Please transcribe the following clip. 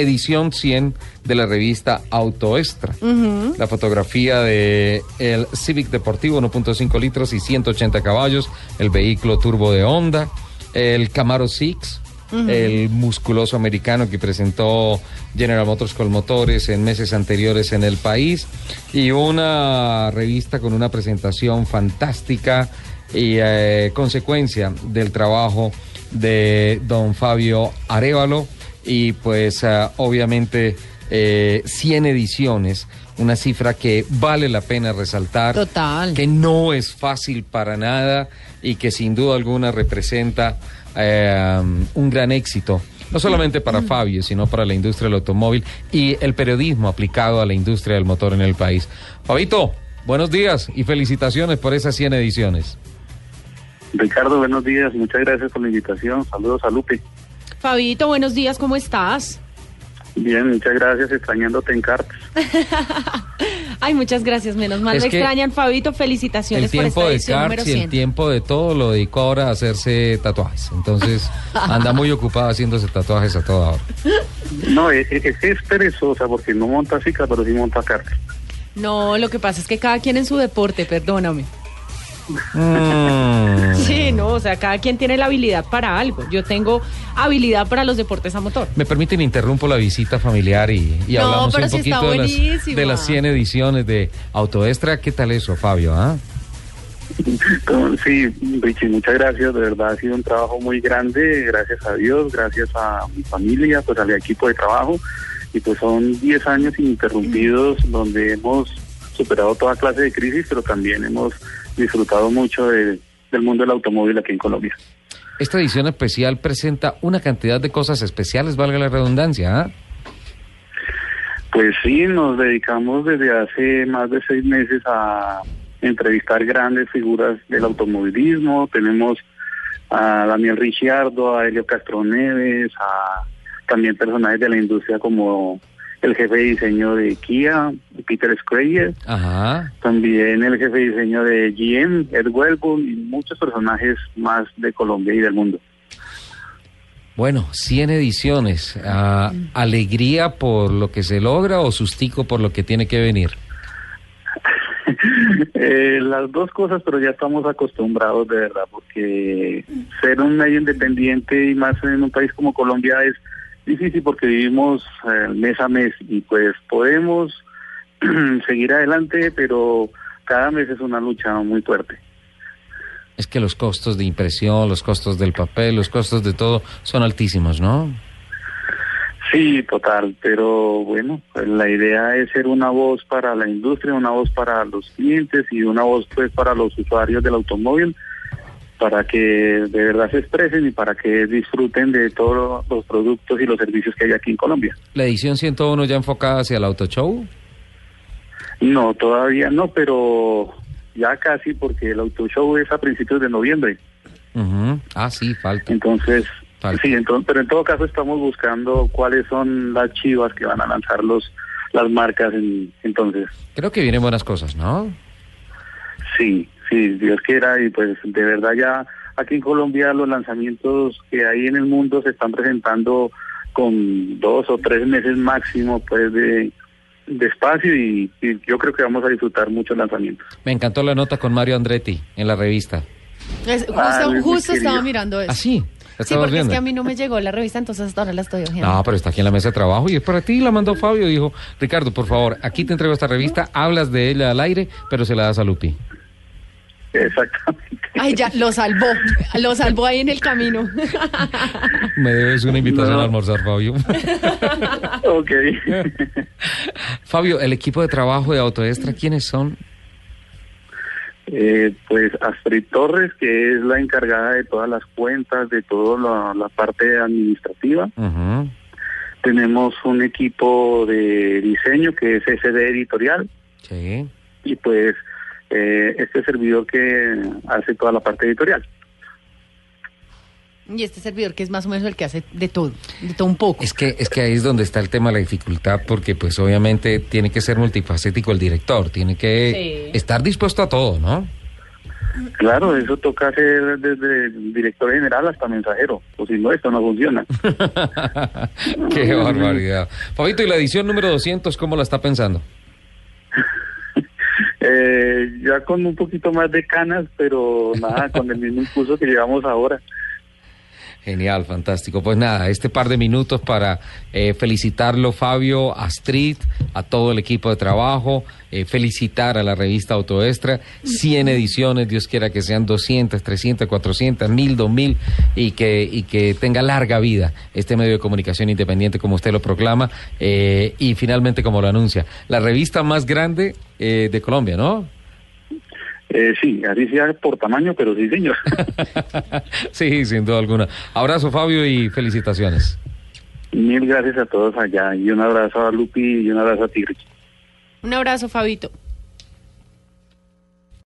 edición 100 de la revista Autoextra. La fotografía de el Civic Deportivo 1.5 litros y 180 caballos, el vehículo turbo de Honda, el Camaro Six, el musculoso americano que presentó General Motors con motores en meses anteriores en el país, y una revista con una presentación fantástica y consecuencia del trabajo de don Fabio Arévalo, y pues obviamente 100 ediciones, una cifra que vale la pena resaltar. Total. Que no es fácil para nada y que sin duda alguna representa un gran éxito, no solamente para Fabio, sino para la industria del automóvil y el periodismo aplicado a la industria del motor en el país. Fabito, buenos días y felicitaciones por esas 100 ediciones. Ricardo, buenos días, muchas gracias por la invitación, saludos a Lupe. Fabito, buenos días, ¿cómo estás? Bien, muchas gracias, extrañándote en Cartes. Ay, muchas gracias, menos mal me extrañan, Fabito, felicitaciones por esta edición número 100. El tiempo de Cartes y el tiempo de todo lo dedicó ahora a hacerse tatuajes, entonces anda muy ocupada haciéndose tatuajes a toda hora. No, es perezosa porque no monta cicla, pero sí monta Cartes. No, lo que pasa es que cada quien en su deporte, perdóname. Sí, no, o sea, cada quien tiene la habilidad para algo. Yo tengo habilidad para los deportes a motor. Me permiten, interrumpo la visita familiar y hablamos un poquito de las 100 ediciones de Autoextra. ¿Qué tal eso, Fabio? Sí, Richie, muchas gracias, de verdad ha sido un trabajo muy grande, gracias a Dios, gracias a mi familia, pues al equipo de trabajo, y pues son 10 años ininterrumpidos donde hemos superado toda clase de crisis, pero también hemos disfrutado mucho del mundo del automóvil aquí en Colombia. Esta edición especial presenta una cantidad de cosas especiales, valga la redundancia, Pues sí, nos dedicamos desde hace más de 6 meses a entrevistar grandes figuras del automovilismo. Tenemos a Daniel Ricciardo, a Helio Castroneves, a también personajes de la industria como el jefe de diseño de Kia, Peter Schreier, también el jefe de diseño de GM, Ed Welburn, y muchos personajes más de Colombia y del mundo. Bueno, 100 ediciones. ¿Alegría por lo que se logra o sustico por lo que tiene que venir? Las dos cosas, pero ya estamos acostumbrados de verdad, porque ser un medio independiente y más en un país como Colombia es difícil porque vivimos mes a mes y pues podemos seguir adelante, pero cada mes es una lucha muy fuerte. Es que los costos de impresión, los costos del papel, los costos de todo son altísimos, ¿no? Sí, total, pero bueno, pues la idea es ser una voz para la industria, una voz para los clientes y una voz pues para los usuarios del automóvil, para que de verdad se expresen y para que disfruten de todos los productos y los servicios que hay aquí en Colombia. ¿La edición 101 ya enfocada hacia el auto show? No, todavía no, pero ya casi, porque el auto show es a principios de noviembre. Sí, falta. Entonces, sí, pero en todo caso estamos buscando cuáles son las chivas que van a lanzar las marcas entonces. Creo que vienen buenas cosas, ¿no? Sí, Dios quiera, y pues de verdad ya aquí en Colombia los lanzamientos que hay en el mundo se están presentando con 2 o 3 meses máximo pues de espacio, y yo creo que vamos a disfrutar muchos lanzamientos. Me encantó la nota con Mario Andretti en la revista. Justo estaba mirando eso. ¿Ah, sí? Sí, porque es que a mí no me llegó la revista, entonces hasta ahora la estoy hojeando. No, pero está aquí en la mesa de trabajo y es para ti, la mandó Fabio. Dijo, Ricardo, por favor, aquí te entrego esta revista, hablas de ella al aire, pero se la das a Lupi. Exactamente. Ay, ya, lo salvó ahí en el camino. Me debes una invitación a almorzar, Fabio. Ok. Fabio, el equipo de trabajo de Autoextra, ¿quiénes son? Pues Astrid Torres, que es la encargada de todas las cuentas, de toda la parte administrativa. Tenemos un equipo de diseño que es SD Editorial. Sí. Y pues este servidor que hace toda la parte editorial. Y este servidor que es más o menos el que hace de todo un poco. Es que ahí es donde está el tema de la dificultad, porque pues obviamente tiene que ser multifacético el director, tiene que estar dispuesto a todo, ¿no? Claro, eso toca ser desde director general hasta mensajero, o si no, esto no funciona. Qué barbaridad. Fabito, ¿y la edición número 200 cómo la está pensando? Ya con un poquito más de canas, pero nada, con el mismo impulso que llevamos ahora. Genial, fantástico. Pues nada, este par de minutos para felicitarlo, Fabio, Astrid, a todo el equipo de trabajo, felicitar a la revista Autoextra, 100 ediciones, Dios quiera que sean 200, 300, 400, 1000, 2000, y que tenga larga vida este medio de comunicación independiente como usted lo proclama, y finalmente como lo anuncia, la revista más grande de Colombia, ¿no? Sí, así sea por tamaño, pero sí, señor. Sí, sin duda alguna. Abrazo, Fabio, y felicitaciones. Mil gracias a todos allá, y un abrazo a Lupi y un abrazo a ti, Ricky. Un abrazo, Fabito.